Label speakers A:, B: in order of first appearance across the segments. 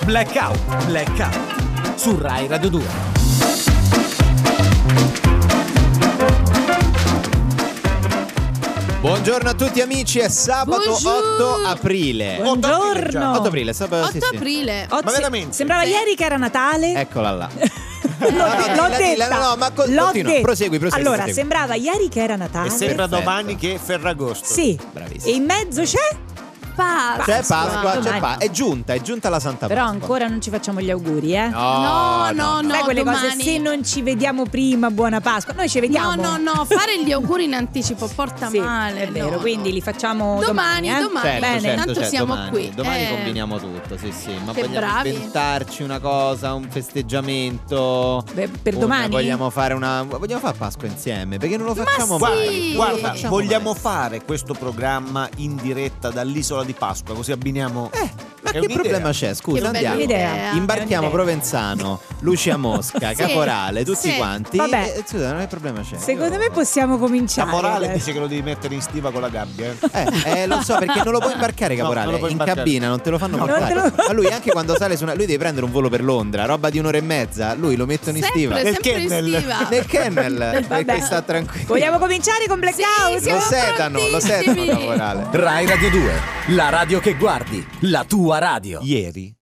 A: Blackout su Rai Radio 2.
B: Buongiorno a tutti amici, è sabato 8 aprile.
C: Buongiorno.
B: 8 aprile, sabato
D: 8 aprile.
C: Ma
B: veramente?
C: Sembrava ieri che era Natale.
B: Eccola là.
C: L'ho detta.
B: L'ho detto. Prosegui.
C: Allora, sembrava ieri che era Natale.
E: E sembra
B: Perfetto.
E: domani che è Ferragosto.
C: Sì.
B: Bravissimo.
C: E in mezzo c'è?
D: Pasqua.
B: C'è Pasqua,
C: Domani.
B: È giunta la Santa
C: Però
B: Pasqua.
C: ancora non ci facciamo gli auguri, eh?
D: No,
C: Sai quelle
D: domani.
C: cose, se non ci vediamo prima, buona Pasqua. Noi ci vediamo.
D: No, fare gli auguri in anticipo porta
C: Sì,
D: male.
C: è vero,
D: no.
C: quindi li facciamo domani.
D: Domani.
C: Bene.
D: Tanto siamo
B: domani.
D: qui.
B: Domani combiniamo tutto, sì. Ma
D: Che
B: vogliamo
D: bravi.
B: inventarci una cosa, un festeggiamento.
C: Beh, per domani?
B: Vogliamo fare Pasqua insieme, perché non lo
D: Ma
B: facciamo
D: sì.
B: mai.
E: Guarda,
C: Facciamo
E: vogliamo fare questo programma in diretta dall'isola di Pasqua, così abbiniamo.
B: Ma
E: È
B: che
E: un'idea.
B: problema c'è? Scusa,
D: Che bella
B: andiamo.
C: idea.
B: Imbarchiamo
C: È un'idea.
B: Provenzano, Lucia Mosca,
D: Sì.
B: Caporale, tutti
D: Sì.
B: quanti.
C: Vabbè.
B: Scusa, non che problema c'è?
C: Secondo me possiamo
E: La
C: cominciare.
E: morale
C: adesso.
E: dice che lo devi mettere in stiva con la gabbia.
B: Lo so, perché non lo puoi imbarcare,
E: No,
B: Caporale.
E: non lo puoi
B: in
E: imbarcare.
B: cabina non te lo fanno
C: No,
B: portare.
C: non te lo-
B: Ma lui anche quando sale su lui deve prendere un volo per Londra, roba di un'ora e mezza. Lui lo mettono in stiva.
D: Sempre in
E: kennel.
D: stiva.
B: Nel kennel,
C: Vabbè.
B: perché sta tranquillo.
C: Vogliamo cominciare con Blackout?
D: Sì, siamo
B: Lo setano,
D: prontissimi.
B: Caporale.
A: Rai Radio 2, la radio che guardi, la tua radio.
E: Ieri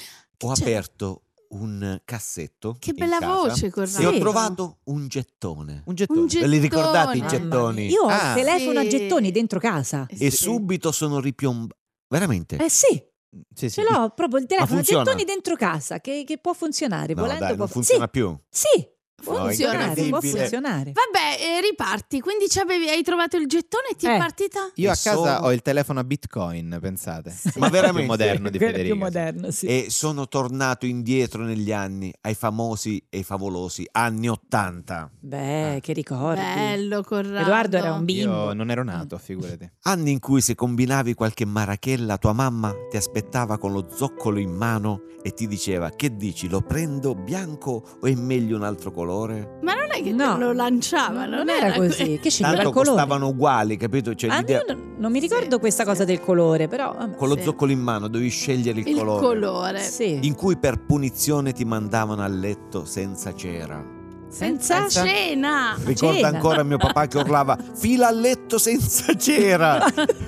E: ho
D: c'è?
E: aperto un cassetto.
D: Che
E: in
D: bella
E: casa
D: voce, Corrado.
E: E ho trovato un gettone.
B: Un gettone.
D: Un
E: Ve li ricordate i
C: Mamma
E: gettoni?
C: mia. Io ho
B: Ah.
C: il telefono a
D: Sì.
C: gettoni dentro casa.
E: E subito sono ripiombato. Veramente?
C: Sì,
B: Sì,
C: ce l'ho proprio il telefono a
E: funziona?
C: gettoni dentro casa che può funzionare.
E: No,
C: volendo
E: dai,
C: può
E: non funziona
C: sì,
E: più.
C: Sì, può
E: No,
C: funzionare, può
E: incredibile.
C: funzionare.
D: Vabbè, riparti. Quindi hai trovato il gettone e ti è partita?
B: Io a
E: E
B: casa
E: sono-
B: ho il telefono a Bitcoin, pensate.
E: Ma veramente?
B: Più moderno di
C: Quello è
B: Federica.
C: più moderno, sì.
E: E sono tornato indietro negli anni, ai famosi e favolosi anni 80.
C: Beh, che ricordi.
D: Bello, Corrado.
C: Edoardo era un bimbo.
B: Io non ero nato, figurati.
E: Anni in cui se combinavi qualche marachella, tua mamma ti aspettava con lo zoccolo in mano e ti diceva: che dici, lo prendo bianco o è meglio un altro colore?
D: Ma non è che
C: No.
D: te lo lanciava,
C: Non era così. Che sceglieva
E: Tanto
C: il colore.
E: costavano uguali, capito? Cioè,
C: Ah,
E: l'idea-
C: io non mi ricordo questa cosa del colore, però vabbè.
E: con lo
D: Sì.
E: zoccolo in mano dovevi scegliere il
D: Il
E: colore.
D: colore.
C: Sì.
E: In cui per punizione ti mandavano a letto senza cera.
C: Senza
D: Cena.
E: Ricorda
C: Cena.
E: ancora mio papà che urlava: fila a letto senza cera.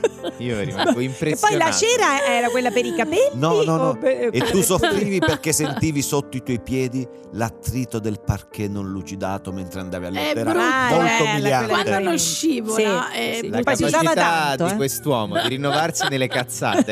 B: Io rimango
C: E
B: impressionato.
C: poi la cera era quella per i capelli?
E: No.
C: o
E: E tu soffrivi perché sentivi sotto i tuoi piedi l'attrito del parquet non lucidato mentre andavi a letto.
D: È
E: Era
D: brutto.
E: molto
C: bella
E: umiliante.
C: quella.
D: Quando non scivola,
C: Sì,
D: è
C: sì.
B: La
C: Poi si usava
B: capacità
C: tanto,
B: di quest'uomo di rinnovarsi nelle cazzate.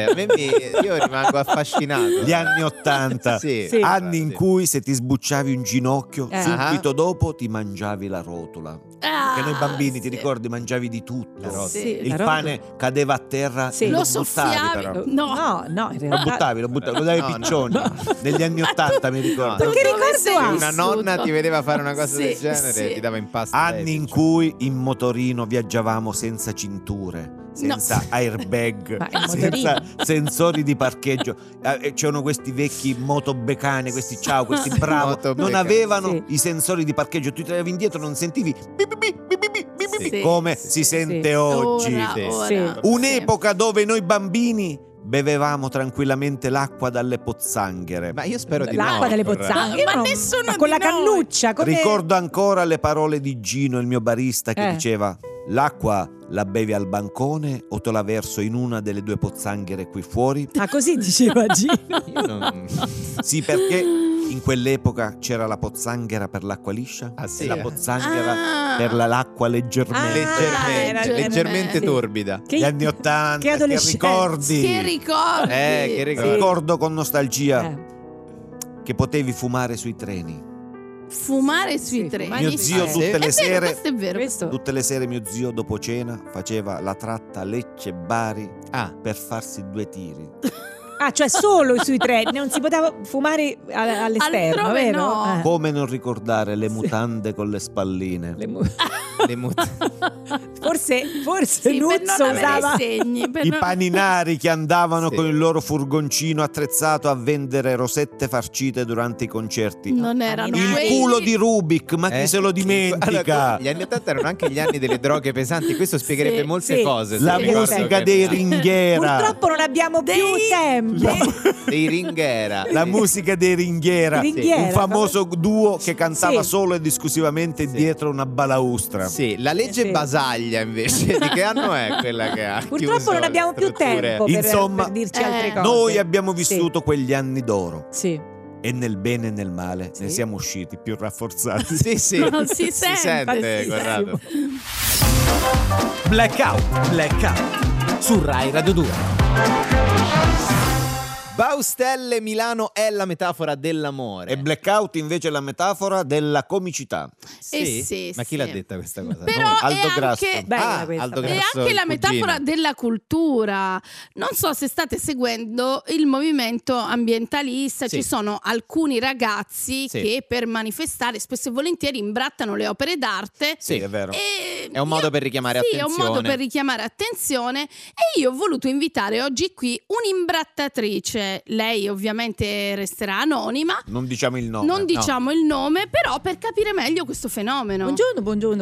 B: Io rimango affascinato.
E: Gli anni 80,
B: Sì.
C: Sì.
E: anni in cui se ti sbucciavi un ginocchio, subito
B: Ah.
E: dopo ti mangiavi la rotola. Perché noi bambini, ti ricordi, mangiavi di tutto.
C: Sì,
E: Il
C: la rotola.
E: pane cadeva a terra
C: Sì.
E: e
D: Lo
E: lo buttavi
D: soffiavi.
E: però.
D: No.
C: No, in
E: Lo
C: realtà
E: buttavi, lo davi ai
B: No, no,
E: piccioni.
B: no.
E: Negli anni 80 mi ricordo.
C: Ma che
D: Dove
C: ricordo
D: sei
C: ha?
B: Una nonna
D: vissuto?
B: ti vedeva fare una cosa
D: Sì,
B: del genere
D: sì.
B: e ti dava in pasta.
E: Anni in cui in motorino viaggiavamo senza cinture, senza airbag,
C: Ma in
E: senza
C: motorino?
E: sensori di parcheggio. C'erano questi vecchi motobecane, questi questi bravo,
B: Motobecane.
E: non avevano
C: Sì.
E: i sensori di parcheggio. Tu ti trovavi indietro, non sentivi bip, bip, bip, bip, bip, bip,
D: Sì.
E: come si sente
C: Sì.
E: oggi.
D: Ora.
C: Sì.
E: Un'epoca dove noi bambini bevevamo tranquillamente l'acqua dalle pozzanghere.
B: Ma io spero di
C: l'acqua
B: no.
C: delle
B: Corrado.
C: pozzanghere.
D: Ma
C: Io
D: nessuno
C: ma con
D: di
C: la
D: noi.
C: cannuccia. Come...
E: Ricordo ancora le parole di Gino, il mio barista, che
C: Eh.
E: diceva: l'acqua la bevi al bancone o te la verso in una delle due pozzanghere qui fuori?
C: Ah, così diceva Gino.
B: Io non...
E: Sì, perché in quell'epoca c'era la pozzanghera per l'acqua liscia
B: Ah, sì,
E: e la
B: eh?
E: pozzanghera
D: Ah.
E: per l'acqua leggermente.
B: leggermente,
D: era-
B: leggermente
D: sì.
B: torbida.
E: Gli anni 80,
C: che
E: che
C: adolescenza.
E: ricordi?
D: Che ricordi.
B: Che ricordi.
E: Ricordo con nostalgia
C: Eh.
E: che potevi fumare sui treni.
D: Fumare sui
C: Sì,
D: treni.
C: fumare
E: Mio
C: sì.
E: zio
C: Sì.
E: tutte
D: È
E: le
D: vero,
E: sere
D: questo è vero.
C: Questo.
E: Tutte le sere mio zio dopo cena faceva la tratta Lecce-Bari per farsi 2 tiri.
C: Ah, cioè solo sui treni, non si poteva fumare all'esterno,
D: Altrove
C: vero?
D: no.
E: Come non ricordare le mutande con le spalline,
C: Le mu-
B: le
C: Forse
D: Sì, per non
C: Nuzzo
D: avere
C: usava
D: i segni. Per
E: I
D: non-
E: paninari che andavano
B: Sì.
E: con il loro furgoncino attrezzato a vendere rosette farcite durante i concerti.
D: Non erano
C: Il
E: Il
D: quelli.
E: culo di Rubik, ma chi se lo dimentica?
B: Allora, gli anni 80 erano anche gli anni delle droghe pesanti. Questo spiegherebbe
D: Sì,
B: molte
C: sì.
B: cose.
E: La
B: se ricordo
E: musica
B: che-
E: dei Ringhiera.
C: Purtroppo non abbiamo più tempo.
B: dei Ringhera.
E: La musica dei Ringhiera,
C: Ringhiera,
E: un famoso duo che cantava
C: Sì.
E: solo ed esclusivamente
B: Sì.
E: dietro una balaustra.
B: Sì, la legge
C: Sì.
B: Basaglia invece di che anno è quella che ha
C: Purtroppo
B: chiuso
C: non abbiamo
B: le
C: più
B: strutture?
C: tempo per,
E: Insomma,
C: per dirci altre cose.
E: Noi abbiamo vissuto quegli anni d'oro
C: Sì.
E: e nel bene e nel male ne
C: Sì.
E: siamo usciti più rafforzati.
B: Sì, sì.
D: No, si sente,
C: sì,
B: Corrado.
A: Blackout su Rai Radio 2.
B: Baustelle Milano è la metafora dell'amore.
E: E blackout invece è la metafora della comicità.
B: Sì?
D: sì,
B: Ma chi
D: sì.
B: l'ha detta questa cosa?
D: Però
B: Noi.
E: Aldo
D: è
E: Grasso.
D: anche...
C: Bella questa,
B: Aldo
C: bella.
D: È
B: Grasso,
D: anche
B: il
D: la
B: cugino.
D: metafora della cultura. Non so se state seguendo il movimento ambientalista.
B: Sì.
D: Ci sono alcuni ragazzi
B: Sì.
D: che per manifestare spesso e volentieri imbrattano le opere d'arte.
E: Sì, è vero.
D: E
B: È un modo per richiamare
D: sì,
B: attenzione.
D: è un modo per richiamare attenzione. E io ho voluto invitare oggi qui un'imbrattatrice. Lei ovviamente resterà anonima.
E: Non diciamo il nome.
D: Non diciamo il nome, però per capire meglio questo fenomeno.
C: Buongiorno.
D: Buongiorno.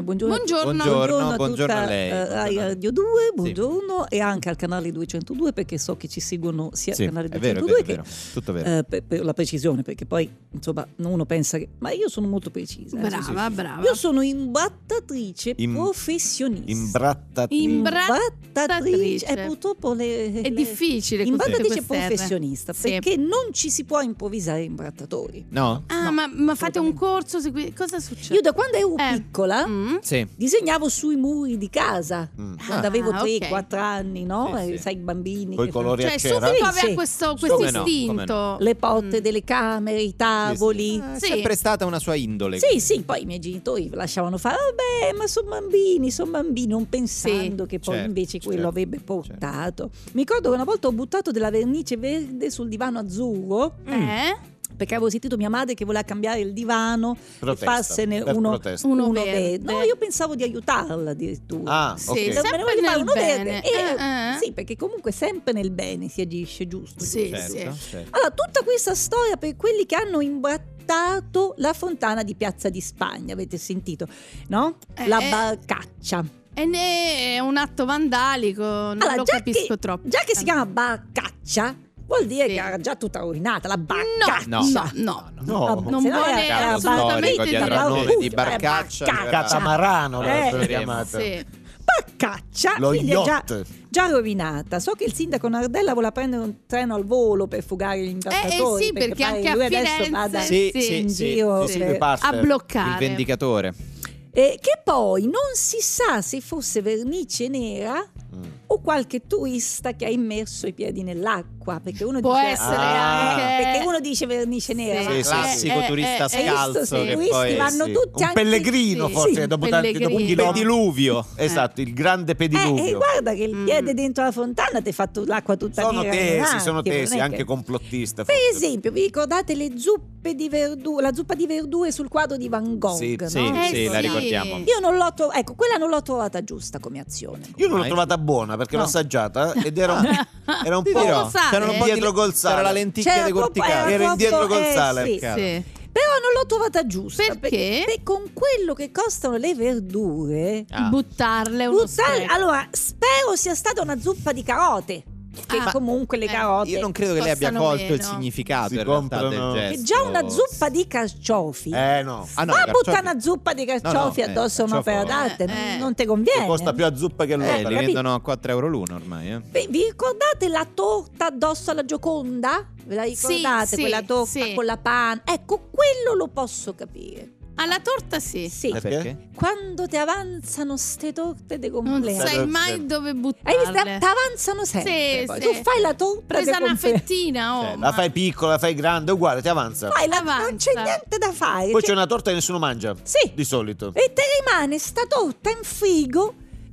B: Buongiorno
C: tutta
B: a lei.
C: Rai Radio 2, buongiorno e anche al canale 202 perché so che ci seguono sia
B: Sì,
C: al canale
B: è vero,
C: 202
B: è vero, tutto vero.
C: per la precisione, perché poi insomma uno pensa che ma io sono molto precisa.
D: Brava, brava.
C: Io sono imbrattatrice professionista.
E: Imbrattatrice.
C: Imbrattatrice. Purtroppo
D: È difficile così,
C: imbrattatrice
D: queste R.
C: professionista,
D: Sì.
C: perché non ci si può improvvisare imbrattatori.
B: No?
D: Ah, ma fate un corso? Cosa succede?
C: Io da quando ero piccola
D: Mm.
B: Sì.
C: disegnavo sui muri di casa. Quando avevo
D: Ah,
C: 3-4 anni, no?
B: Sì, sì.
C: Sai, i bambini.
E: Coi
C: che
E: colori
D: Cioè,
E: a cera.
D: subito
C: Sì,
D: aveva
C: sì.
D: questo
B: Come no,
D: istinto.
B: come no.
C: le porte delle camere, i tavoli.
B: È
D: Sì.
B: sempre stata una sua indole.
C: Sì, sì, poi i miei genitori lasciavano fare, vabbè, ma sono bambini, non pensando che poi
B: certo,
C: invece quello
B: certo,
C: avrebbe portato. Mi ricordo che una volta ho buttato della vernice verde sul divano azzurro. Perché avevo sentito mia madre che voleva cambiare il divano
E: Protesta,
C: e farsene
E: per
C: uno
E: protesta.
D: Uno verde.
C: No, io pensavo di aiutarla addirittura.
E: Ah,
D: Sì,
E: ok.
C: Me ne
D: sempre
C: volevo fare
D: nel
C: uno
D: bene.
C: verde. Sì, perché comunque sempre nel bene si agisce, giusto?
D: Sì,
B: Certo,
D: sì.
B: certo.
C: Allora, tutta questa storia per quelli che hanno imbrattato la fontana di Piazza di Spagna, avete sentito, no? La barcaccia.
D: E ne è un atto vandalico, non
C: Allora,
D: lo
C: già
D: capisco
C: che,
D: troppo.
C: Già che si chiama barcaccia, vuol dire
D: Sì.
C: che era già tutta rovinata, la barcaccia.
B: No.
D: No.
E: No.
D: Non
C: se no
D: vuole
C: era
D: assolutamente
B: storico dietro
D: dire-
B: al nome di
C: Barcaccia.
B: barcaccia.
E: Catamarano l'avrebbero
C: Eh.
E: chiamato.
D: Sì.
C: Barcaccia,
E: Lo
C: quindi è
E: yacht.
C: già rovinata. So che il sindaco Nardella voleva prendere un treno al volo per fugare gli imbrattatori.
D: sì, perché
C: pare
D: anche a
C: lui adesso
D: Firenze-
C: vada
B: Sì,
C: in
B: sì,
C: giro
E: Sì,
C: per-
E: le pasta.
D: A bloccare.
B: Il vendicatore.
C: che poi non si sa se fosse vernice nera o qualche turista che ha immerso i piedi nell'acqua, perché uno
D: Può
C: dice
D: essere
C: perché
D: anche
C: uno dice vernice nera.
D: Sì,
C: ma-
B: Il classico turista
C: hai visto,
B: scalzo
C: sì, i
B: che
C: turisti
B: poi
C: vanno
E: Sì.
C: tutti
E: Un
C: anche
E: pellegrino
D: sì,
E: forse
C: sì,
E: dopo tanti
D: pellegrino.
E: dopo
B: il
E: chilometri.
B: pediluvio.
E: Esatto, il grande
C: e
E: pediluvio.
C: guarda che il piede dentro la fontana ti ha fatto l'acqua tutta
E: Sono
C: nera
E: tesi,
C: davanti,
E: sono
C: non è
E: tesi,
C: che-
E: anche complottista.
C: Per
E: forse.
C: esempio, vi ricordate le zuppe di verdure, la zuppa di verdure sul quadro di Van Gogh?
E: Sì,
C: no?
B: Sì,
D: sì.
B: la ricordiamo.
C: Io non l'ho trovata, ecco, quella non l'ho trovata giusta come azione.
E: Io non l'ho
B: Mai.
E: trovata buona perché
C: No.
E: l'ho assaggiata ed era un
B: Ti
E: po'
B: dirò,
D: sale.
B: c'erano un po' di
E: Dietro col sale.
B: c'era la lenticchia
C: C'era
B: decorticata.
C: troppo-
E: Era indietro col sale.
C: sì.
B: Cavolo.
D: Sì.
C: Però non l'ho trovata giusta.
D: Perché?
C: Con quello che costano le verdure,
B: Ah.
D: Buttarle è uno spreco.
C: allora spero sia stata una zuppa di carote. Che
D: Ah.
C: comunque le carote.
B: Io non credo che lei abbia
D: Costano
B: colto il
D: meno.
B: significato
E: Si
B: in realtà
E: comprano-
B: del
C: Che
B: gesto.
C: già una zuppa di carciofi.
E: no.
B: Ah, no,
C: Ma
B: i
C: buttare
B: carciofi-
C: una zuppa di carciofi
B: No, no,
C: addosso a un'opera
B: carciofo-
C: d'arte non ti
E: Che
C: conviene.
E: costa più a zuppa che
B: li
E: l'opera.
C: capito.
B: vendono a 4 euro l'uno ormai, eh?
C: Beh, vi ricordate la torta addosso alla Gioconda? Ve la ricordate?
D: Sì,
C: Quella torta
D: sì.
C: con la panna? Ecco, quello lo posso capire.
D: Alla torta sì.
C: Sì,
E: Perché?
C: quando ti avanzano ste torte di
D: Non
C: compleanno.
D: sai mai dove
C: Hai
D: buttarle.
C: visto? Ti avanzano sempre.
D: Sì,
C: poi.
D: sì.
C: Tu fai la torta
D: Presa
C: di
D: una
C: compleanno.
D: fettina, oh,
E: La fai piccola, la fai grande, uguale, ti avanza.
C: Non
D: Avanza.
C: c'è niente da fare.
E: Poi
C: Cioè-
E: c'è una torta che nessuno mangia.
C: Sì.
E: Di solito.
C: E ti rimane sta torta in frigo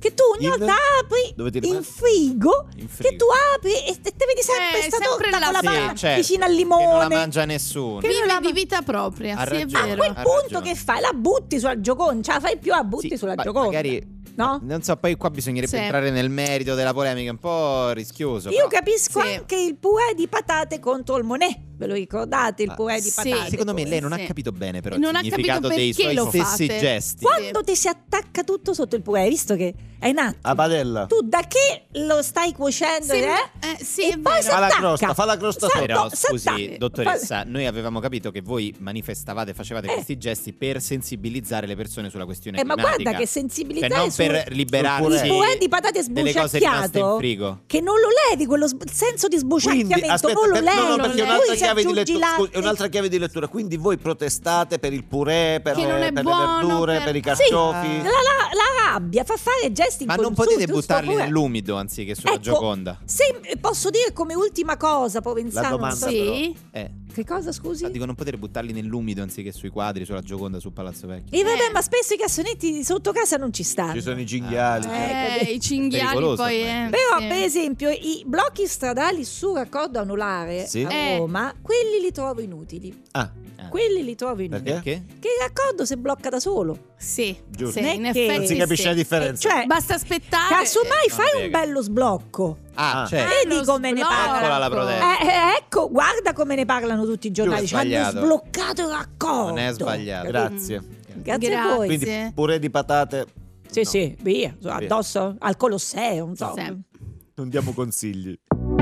C: che tu ogni
E: In-
C: volta apri
E: Dove ti
C: in
E: rimane?
C: frigo,
B: In
C: che
B: frigo.
C: tu apri e te vedi sempre sta
D: sempre
C: torta
D: là,
C: con la
D: sì,
C: panna
B: certo.
C: vicino al
B: Che non la
C: limone.
B: mangia nessuno.
C: Che-
D: Vive di vita propria,
B: Ha
D: sì, è
B: ragione.
C: A
D: vero.
C: quel
B: Ha
C: punto
B: ragione.
C: che fai? La butti sulla Gioconda, ce la fai più a butti
B: Sì,
C: sulla
B: ma
C: Gioconda.
B: magari
C: No?
B: non so, poi qua bisognerebbe
D: Sì.
B: entrare nel merito della polemica, è un po' rischioso.
C: Io
B: però
C: capisco
D: Sì.
C: anche il purè di patate contro il Monet. Ve lo ricordate il
B: Ah,
C: purè di
D: sì.
C: patate?
B: Secondo me lei non
D: Sì.
B: ha capito bene però
D: Non
B: il
D: ha
B: significato
D: capito
B: dei
D: perché
B: suoi
D: lo
B: stessi
D: fate.
B: gesti.
C: Quando ti si attacca tutto sotto il purè, hai visto che è un attimo.
E: A padella.
C: Tu da che lo stai cuocendo,
D: Sì,
C: e
D: è
C: poi
D: vero.
C: si
E: Fa la
C: attacca.
E: crosta, fa la crosta
C: Sa-
E: sopra.
B: Però
C: no,
B: scusi,
C: s'attacca.
B: dottoressa, noi avevamo capito che voi facevate
C: Eh.
B: questi gesti per sensibilizzare le persone sulla questione
C: Ma
B: climatica.
C: guarda che
B: Cioè
C: sensibilizzare
B: non per
C: sul
B: liberarsi
C: il purè di patate
B: delle cose rimaste in
C: sbucciacchiato,
B: frigo.
C: che non lo levi, quello senso di sbucciacchiamento,
E: Quindi, aspetta,
C: non lo levi.
E: no, perché è un'altra
C: Poi se
E: chiave di
C: aggiungi
E: lettura.
C: latte-
E: È un'altra chiave di lettura. Quindi voi protestate per il purè, per,
D: Che non è
E: per
D: buono,
E: le verdure,
D: per-
E: per i
C: Sì,
E: carciofi.
C: la rabbia fa fare gesti
B: Ma non
C: inconsulti,
B: potete
C: tu
B: buttarli
C: sto purè.
B: nell'umido anziché sulla
C: Ecco,
B: Gioconda.
C: Se posso dire come ultima cosa, Provenzano,
E: La domanda,
D: Sì.
C: che cosa, scusi?
B: Dico, non potete buttarli nell'umido anziché sui quadri, sulla Gioconda, sul Palazzo Vecchio.
C: E vabbè, ma spesso i cassonetti sotto casa non ci stanno.
E: Ci sono i cinghiali.
C: Ecco,
D: I cinghiali
B: Pericoloso
D: poi
B: ormai.
C: Però,
D: sì.
C: per esempio, i blocchi stradali su raccordo anulare
E: Sì.
C: a Roma, quelli li trovo inutili.
E: Ah,
C: Quelli li trovo inutili.
E: Perché?
B: Perché?
C: Che il raccordo si blocca da solo.
D: Sì,
E: Giusto.
D: sì,
C: Non è
D: in
C: che-
D: effetti
E: non si capisce
D: sì.
E: la differenza.
C: Cioè,
D: Basta aspettare.
C: casomai
B: non
C: fai un
B: spiega.
C: bello sblocco.
B: Ah,
E: Ah.
B: certo.
C: Vedi
D: lo
C: come ne
D: sblocco.
C: parlano.
B: Eccola la protesta.
C: Ecco, guarda come ne parlano tutti i giornali.
B: Giusto,
C: Ci hanno
B: sbagliato.
C: sbloccato il raccordo.
B: Non è sbagliato.
E: grazie.
C: Grazie a voi.
E: Quindi
D: Sì.
E: purè di patate.
C: Sì,
E: no,
C: sì, via, addosso al Colosseo, non so.
D: Sì.
E: Non diamo consigli.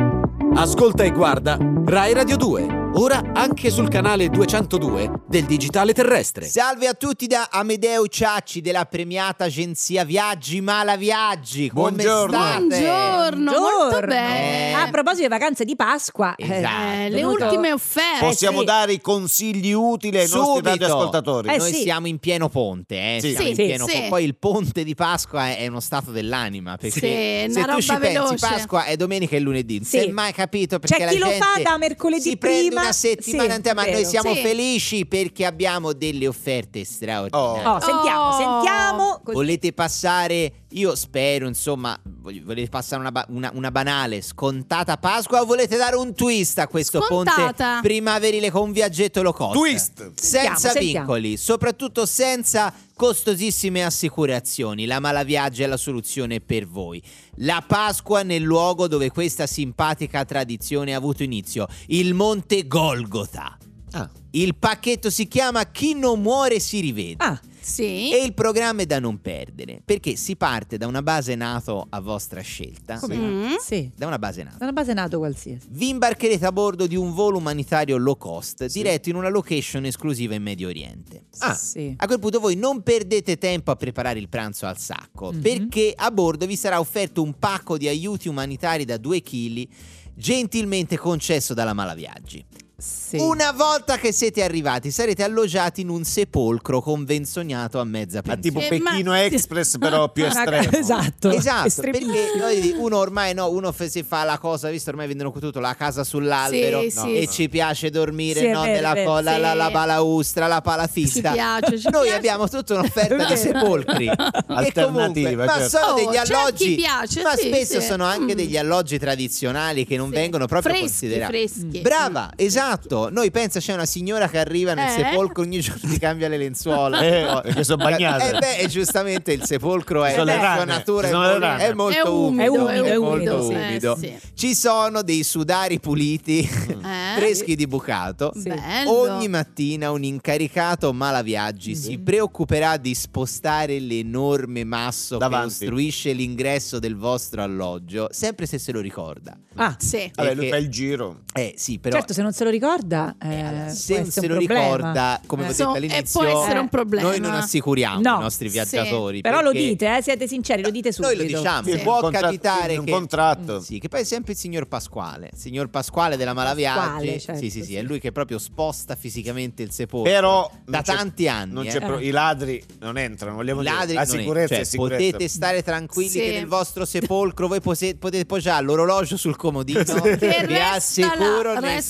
A: Ascolta e guarda Rai Radio 2. Ora anche sul canale 202 del digitale terrestre.
B: Salve a tutti da Amedeo Ciacci della premiata agenzia Viaggi Malaviaggi. Come
E: Buongiorno.
B: state?
D: Buongiorno, molto bene.
C: A proposito di vacanze di Pasqua,
B: Esatto.
D: Le
C: venuto-
D: ultime offerte.
E: Possiamo
C: sì.
E: dare i consigli utili ai nostri
B: Subito.
E: radioascoltatori.
C: Eh,
B: Noi
C: sì.
B: siamo in pieno ponte,
E: Sì.
B: siamo in
D: Sì,
B: pieno
D: sì.
B: Poi il ponte di Pasqua è uno stato dell'anima, perché
D: Sì,
B: se
D: una
B: tu ci
D: roba
B: pensi
D: veloce.
B: Pasqua è domenica e lunedì, non
C: Sì.
B: si è mai capito perché
C: C'è
B: la
C: chi lo
B: gente
C: fa da mercoledì
B: si prende
C: prima.
B: una settimana
C: Sì,
B: intera, ma noi
C: vero.
B: siamo
D: Sì.
B: felici perché abbiamo delle offerte straordinarie.
C: Oh, sentiamo,
D: Oh.
C: sentiamo. Così.
B: Volete passare, io spero, insomma, volete passare una banale, scontata Pasqua o volete dare un twist a questo
D: Scontata.
B: ponte primaverile con un viaggetto low cost?
E: Twist.
B: Senza
C: Sentiamo.
B: vincoli, soprattutto senza costosissime assicurazioni. La Malaviaggi è la soluzione per voi. La Pasqua nel luogo dove questa simpatica tradizione ha avuto inizio, il Monte Golgotha.
E: Ah.
B: Il pacchetto si chiama Chi non muore si rivede.
C: Ah,
D: Sì.
B: E il programma è da non perdere, perché si parte da una base NATO a vostra scelta.
C: come?
D: Mm.
C: Sì,
B: Da una base NATO.
C: da una base NATO qualsiasi.
B: Vi imbarcherete a bordo di un volo umanitario low cost, diretto in una location esclusiva in Medio Oriente.
E: Ah.
C: Sì.
B: A quel punto voi non perdete tempo a preparare il pranzo al sacco,
C: Mhm.
B: perché a bordo vi sarà offerto un pacco di aiuti umanitari da 2 kg, gentilmente concesso dalla Malaviaggi.
C: Sì.
B: Una volta che siete arrivati, sarete alloggiati in un sepolcro convenzionato a mezza
E: Ma
B: pensione.
E: tipo
D: ma-
E: Pechino Express, però più estremo.
C: Esatto.
B: Esatto,
C: Estremissimo.
B: perché noi, uno ormai si fa la cosa, visto ormai vendono tutto la casa sull'albero,
D: Sì,
B: no,
D: sì.
B: e ci piace dormire,
C: Sì, è
B: no,
C: vero,
B: nella
C: è vero.
B: la, la, la
D: Sì.
B: balaustra, la
D: Ci
B: palafista.
D: piace, ci
B: Noi
D: piace.
B: abbiamo tutta un'offerta di
C: È vero.
B: sepolcri che
E: Alternativa,
B: comunque, ma
E: certo.
B: sono
D: Oh,
B: degli
D: c'è a chi
B: alloggi,
D: piace,
B: ma
D: sì,
B: spesso
D: sì.
B: sono anche degli alloggi tradizionali che non
D: Sì.
B: vengono proprio
D: Freschi,
B: considerati.
D: freschi.
B: Brava, esatto. Noi pensa c'è una signora che arriva nel sepolcro, ogni giorno ti cambia le lenzuola.
E: Perché sono bagnate.
B: E giustamente il sepolcro è
E: Sono le
B: per sua
E: rane,
B: natura
E: sono le rane.
B: è molto
D: È umido,
B: umido,
C: è
B: molto
C: umido, sì.
B: umido.
D: Sì.
B: Ci sono dei sudari puliti, freschi di bucato.
C: Sì.
D: Bello.
B: Ogni mattina un incaricato Malaviaggi si preoccuperà di spostare l'enorme masso
E: Davanti.
B: che ostruisce l'ingresso del vostro alloggio, sempre se se lo ricorda.
C: Ah,
D: Sì.
E: Vabbè, lui
B: Perché-
E: fa il giro.
B: Sì, però
C: certo, se non se lo ricorda,
B: se
C: può
B: non
C: essere
B: se
C: un
B: lo
C: problema.
B: ricorda, come ho detto
D: So- e
B: all'inizio,
D: può essere un problema.
B: noi non assicuriamo
C: No.
B: i nostri
D: Sì.
B: viaggiatori.
C: Però lo
B: perché
C: dite, siete sinceri, lo dite subito.
B: Noi lo diciamo,
E: Sì,
B: può
E: un contratto-
B: capitare
E: un
B: che
E: contratto.
B: Sì, che poi è sempre il signor Pasquale, della Malaviaggi.
C: Pasquale, certo,
B: sì, sì,
C: sì.
B: è lui che proprio sposta fisicamente il sepolcro.
E: Però
B: da
E: non c'è-
B: tanti anni.
E: non c'è
B: eh.
E: i ladri non entrano, vogliamo
B: Ladri
E: dire. La
B: non è-
E: sicurezza
B: cioè,
E: è sicurezza.
B: potete stare tranquilli
D: Sì.
B: che nel vostro sepolcro voi potete poggiare l'orologio sul comodino.
D: Che
B: Vi
D: resta
B: assicuro
D: là, resta
B: nessuno.
D: là.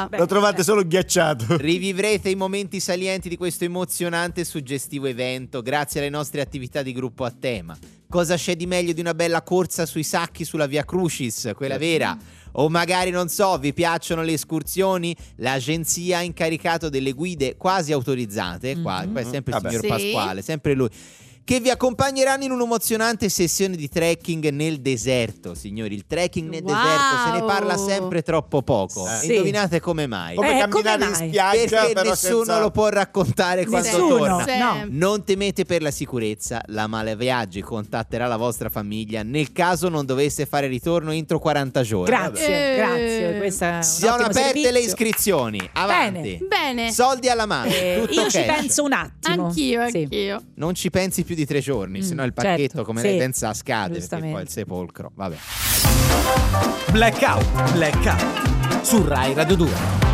E: Lo trovate solo ghiacciato.
B: Rivivrete i momenti salienti di questo emozionante e suggestivo evento grazie alle nostre attività di gruppo a tema. Cosa c'è di meglio di una bella corsa sui sacchi sulla Via Crucis, quella vera? O magari, non so, vi piacciono le escursioni? L'agenzia ha incaricato delle guide quasi autorizzate, qua è sempre il signor
D: Sì.
B: Pasquale, sempre lui, che vi accompagneranno in un'emozionante sessione di trekking nel deserto, signori. Il trekking nel
D: Wow.
B: deserto se ne parla sempre troppo poco.
C: Sì.
B: Indovinate come mai?
E: Come camminare
C: come
E: in
C: mai?
E: spiaggia,
B: Perché
E: però
B: nessuno
E: senza...
B: lo può raccontare quando
C: Nessuno.
B: torna.
C: No.
B: Non temete per la sicurezza, la Malaviaggi contatterà la vostra famiglia nel caso non dovesse fare ritorno entro 40 giorni.
C: Grazie, grazie. Questa è un
B: Sono
C: ottimo
B: aperte
C: servizio.
B: le iscrizioni, avanti.
D: Bene.
B: Soldi alla mano, tutto
C: Io ci
B: cash.
C: penso un attimo.
D: Anch'io,
C: Sì.
D: anch'io.
B: Non ci pensi più di 3 giorni, sennò il pacchetto,
C: certo,
B: come
C: sì.
B: lei pensa, scade, perché
C: Giustamente.
B: poi il sepolcro, vabbè.
A: Blackout su Rai Radio 2.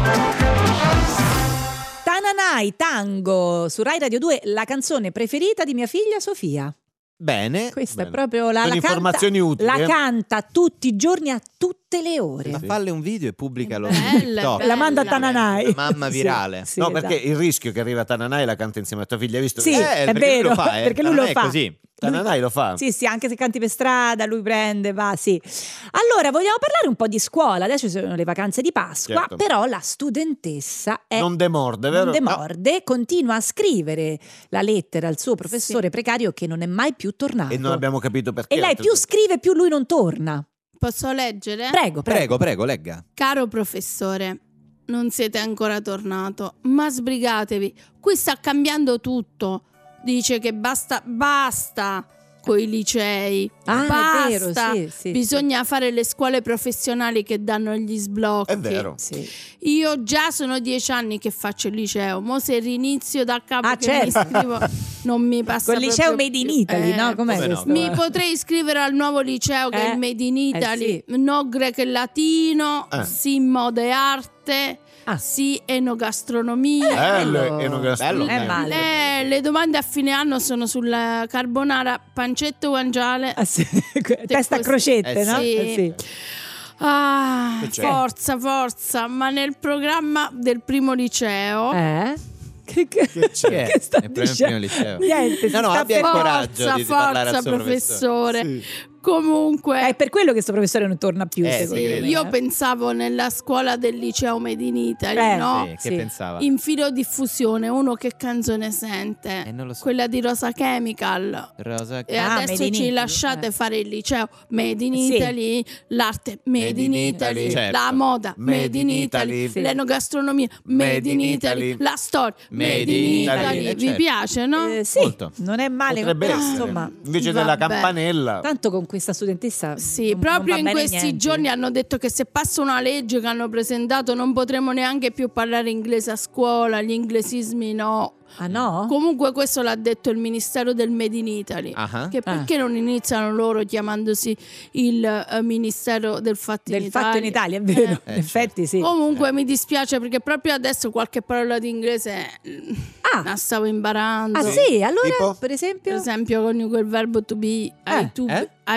C: Tananai Tango su Rai Radio 2, la canzone preferita di mia figlia Sofia.
B: Bene.
C: Questa
E: Bene.
C: è proprio la
E: Sono
C: canta,
E: informazioni utili,
C: la
E: eh.
C: canta tutti i giorni a tutte le ore.
B: Ma falle un video e pubblicalo
D: Bella,
B: su TikTok.
D: bella.
C: La manda a Tananai.
B: Mamma virale.
C: Sì,
E: No,
C: esatto.
E: perché il rischio che arriva Tananai e la canta insieme a tua figlia, hai visto?
C: Sì, è
B: perché
C: vero,
B: lui lo fa,
C: perché lui
B: non
C: lo
B: è
C: fa.
B: così.
E: Tananai lo fa.
C: Sì, sì, anche se canti per strada, lui prende, va, sì. Allora, vogliamo parlare un po' di scuola. Adesso ci sono le vacanze di Pasqua,
E: Certo.
C: però la studentessa è
E: Non demorde, vero?
C: non demorde, continua a scrivere la lettera al suo professore
D: Sì.
C: precario che non è mai più tornato.
E: E non abbiamo capito perché.
C: E lei più scrive più lui non torna.
D: Posso leggere?
C: Prego, prego.
B: Prego, legga.
D: Caro professore, non siete ancora tornato, ma sbrigatevi. Qui sta cambiando tutto. Dice che basta coi licei.
C: Ah,
D: basta.
C: è vero, sì, sì,
D: Bisogna fare le scuole professionali che danno gli sblocchi.
E: È vero.
C: Sì.
D: Io già sono 10 anni che faccio il liceo. Mo se rinizio da capo
C: Ah,
D: che
C: certo.
D: mi iscrivo, non mi passa
C: Col liceo
D: proprio
C: Made in
D: più.
C: Italy, no? Com'è
B: come no?
C: questo?
D: Mi potrei iscrivere al nuovo liceo che è il Made in Italy,
C: sì.
D: no greco e latino, sì moda e arte,
C: Ah.
D: sì enogastronomia.
C: Bello.
E: enogastronomia.
C: È male.
D: Le domande a fine anno sono sulla carbonara, pancetto guanciale.
C: Ah, sì. Testa a crocette, no?
D: sì. Ah,
E: Che c'è?
D: forza, ma nel programma del primo liceo
C: Che
B: c'è?
C: che sta
B: È proprio il
C: dicendo?
B: primo liceo.
C: Niente, si
B: No,
C: sta
B: abbia il
C: fermando.
B: coraggio di parlare al suo
D: professore. Comunque
C: È per quello che sto professore non torna più. secondo
B: sì,
C: me,
D: io pensavo nella scuola del liceo Made in Italy, no?
B: Sì, che
C: Sì.
B: pensava?
D: In filodiffusione, uno che canzone sente?
B: Non lo so.
D: Quella di Rosa Chemical.
B: Rosa
D: E
C: Ah,
D: adesso
C: Made in
D: ci
C: Italy,
D: lasciate fare il liceo Made in
C: Sì.
D: Italy, l'arte Made in Italy,
B: certo.
D: la moda Made in Italy,
C: Sì.
D: l'enogastronomia Made in Italy, la storia Made in Italy. Vi
B: certo.
D: piace, no?
C: sì,
B: Molto.
C: non è male,
E: Potrebbe
C: però,
E: essere.
C: insomma.
E: Invece della
D: Vabbè.
E: campanella.
C: Tanto con questa studentessa
D: Sì,
C: non
D: proprio
C: va
D: in
C: bene
D: questi
C: niente.
D: giorni hanno detto che se passa una legge che hanno presentato non potremo neanche più parlare inglese a scuola, gli inglesismi no.
C: Ah no?
D: Comunque questo l'ha detto il Ministero del Made in Italy.
B: Ah.
D: Che perché non iniziano loro chiamandosi il Ministero del Fatto in
C: Del
D: Italia?
C: fatto in Italia, è vero. In effetti sì.
D: Comunque mi dispiace perché proprio adesso qualche parola di inglese la stavo imparando.
C: Ah sì, allora
E: Tipo?
C: per esempio?
D: Per esempio coniugo il verbo to be, I to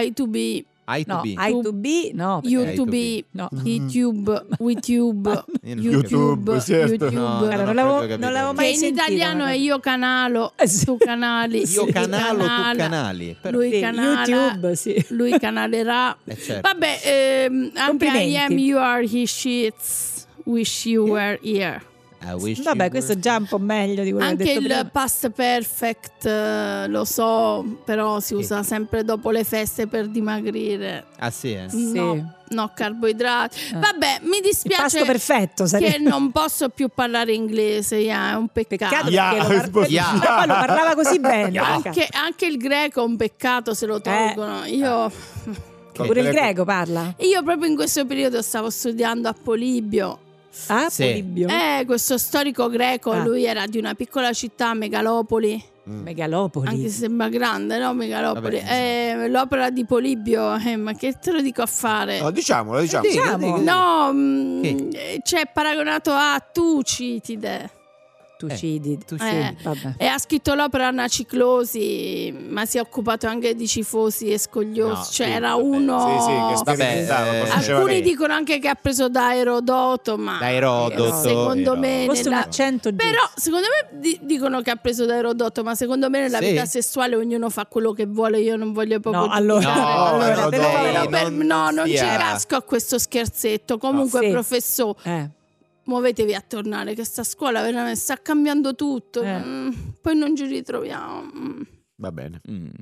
D: be,
B: I to
C: No,
B: be.
C: I to be, no.
D: you
B: I
D: to
B: to
D: be,
C: No.
D: YouTube, WeTube,
E: YouTube, certo.
D: YouTube.
B: No,
C: Guarda,
B: non
C: non
B: ho
C: l'avevo,
B: proprio
C: non l'avevo
B: capito.
D: Che
C: mai
D: in
C: sentito.
D: italiano è io canalo,
C: sì.
D: tu canali.
B: Io
D: lui
B: canalo, tu
D: canala,
B: canali. Però-
D: Lui
C: Sì,
D: canala,
C: YouTube, sì.
D: lui canalerà.
B: certo.
D: Vabbè, anche
C: Complimenti.
D: I am, you are, he, she's, wish you were here.
B: I wish
C: Vabbè,
B: you
C: questo è già un po' meglio di quello che
D: Anche
C: ho detto
D: il
C: prima.
D: past perfect lo so, però si usa sempre dopo le feste per dimagrire.
B: Ah sì,
C: Sì.
D: No carboidrati. Vabbè, mi
C: Il
D: dispiace
C: pasto perfetto sarebbe.
D: che non posso più parlare inglese, è un peccato.
C: Peccato
E: Ya,
C: perché lo,
B: ya.
C: poi lo parlava così bene.
D: Anche il greco è un peccato se lo tolgono. Io
C: Pure il greco parla.
D: proprio in questo periodo stavo studiando a Polibio.
C: Ah,
B: Sì.
C: Polibio.
D: Questo storico greco,
C: Ah.
D: lui era di una piccola città, Megalopoli.
C: Megalopoli.
D: Anche se sembra grande, no? Megalopoli.
B: Vabbè,
D: L'opera di Polibio, ma che te lo dico a fare?
E: No, diciamolo.
C: Diciamo.
D: No,
B: Che?
D: c'è paragonato a Tucidide.
C: Tucididi. Vabbè.
D: E ha scritto l'opera Anaciclosi, ma si è occupato anche di cifosi e scogliosi. Cioè era uno.
E: Sì, che sperimentava.
D: Alcuni dicono anche che ha preso da Erodoto, ma
B: Da Erodoto.
D: secondo me
C: Forse un accento giusto.
D: però secondo me dicono che ha preso da Erodoto, ma secondo me nella vita sessuale ognuno fa quello che vuole. Io non voglio proprio
C: No, allora
D: non ci casco a questo scherzetto. Comunque, professore, muovetevi a tornare, che sta scuola veramente sta cambiando tutto. Poi non ci ritroviamo.
E: Va bene.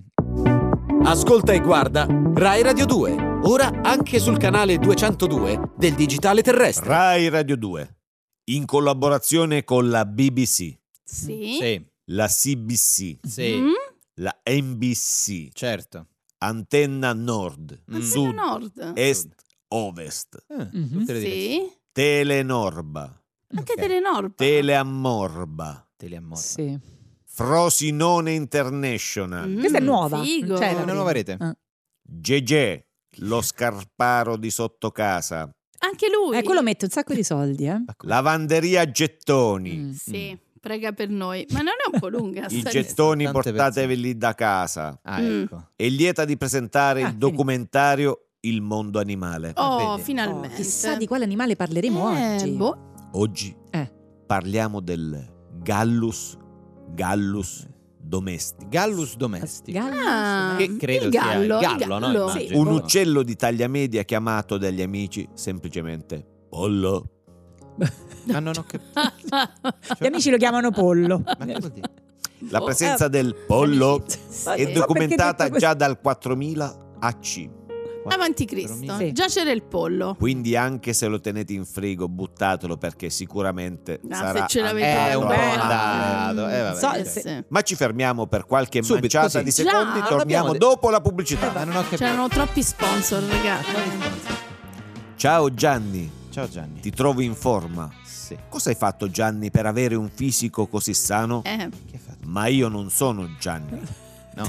A: Ascolta e guarda Rai Radio 2, ora anche sul canale 202 del digitale terrestre.
E: Rai Radio 2, in collaborazione con la BBC,
D: Sì.
E: la CBC, la NBC,
B: Certo.
E: Antenna Nord, Sud,
D: Nord.
E: Est, Ovest,
B: Tutte le direzioni.
D: Sì.
E: Telenorba,
D: Anche Telenorba.
E: Teleammorba,
B: Teleammorba.
C: Sì.
E: Frosinone International,
C: Questa è nuova.
D: Figo.
C: Non c'era
B: Una nuova rete.
E: GG, lo scarparo di sotto casa,
D: Anche lui.
C: Quello mette un sacco di soldi,
E: lavanderia gettoni.
D: Sì, prega per noi. Ma non è un po' lunga
E: I
D: sta
E: gettoni
B: Tante
E: portateveli da casa.
B: Ecco.
E: È lieta di presentare il
C: finito.
E: documentario Il mondo animale.
D: Oh,
B: Vedi.
D: finalmente.
C: Chissà di quale animale parleremo oggi.
D: Boh.
E: Oggi parliamo del Gallus domestico.
B: Gallus domestico.
D: Ah,
B: Che credo
D: il
B: sia
D: gallo,
B: il gallo, no?
D: gallo.
B: Immagino.
E: Un uccello di taglia media chiamato dagli amici semplicemente pollo.
B: Ma non ho capito.
C: Gli amici lo chiamano pollo.
B: Ma che vuol dire?
E: La presenza del pollo è
C: Sì.
E: documentata
C: Perché
E: già dal 4000 AC.
D: Avanti Cristo.
C: Sì.
D: Già c'era il pollo.
E: Quindi anche se lo tenete in frigo, buttatelo perché sicuramente sarà
D: Se ce l'avete
E: ancora
B: È un po'
D: Beh,
B: andato. Vabbè.
C: So-
D: Sì, sì.
E: Ma ci fermiamo per qualche
B: Subito,
E: manciata
B: così.
E: di secondi,
D: Già?
E: torniamo
B: L'abbiamo
E: dopo la pubblicità.
B: Ma non ho capito.
D: C'erano troppi sponsor, ragazzi.
E: Ciao Gianni,
B: Ciao Gianni.
E: ti trovo in forma.
B: Sì.
E: Cosa hai fatto Gianni per avere un fisico così sano?
B: Che hai fatto?
E: Ma io non sono Gianni.
B: No.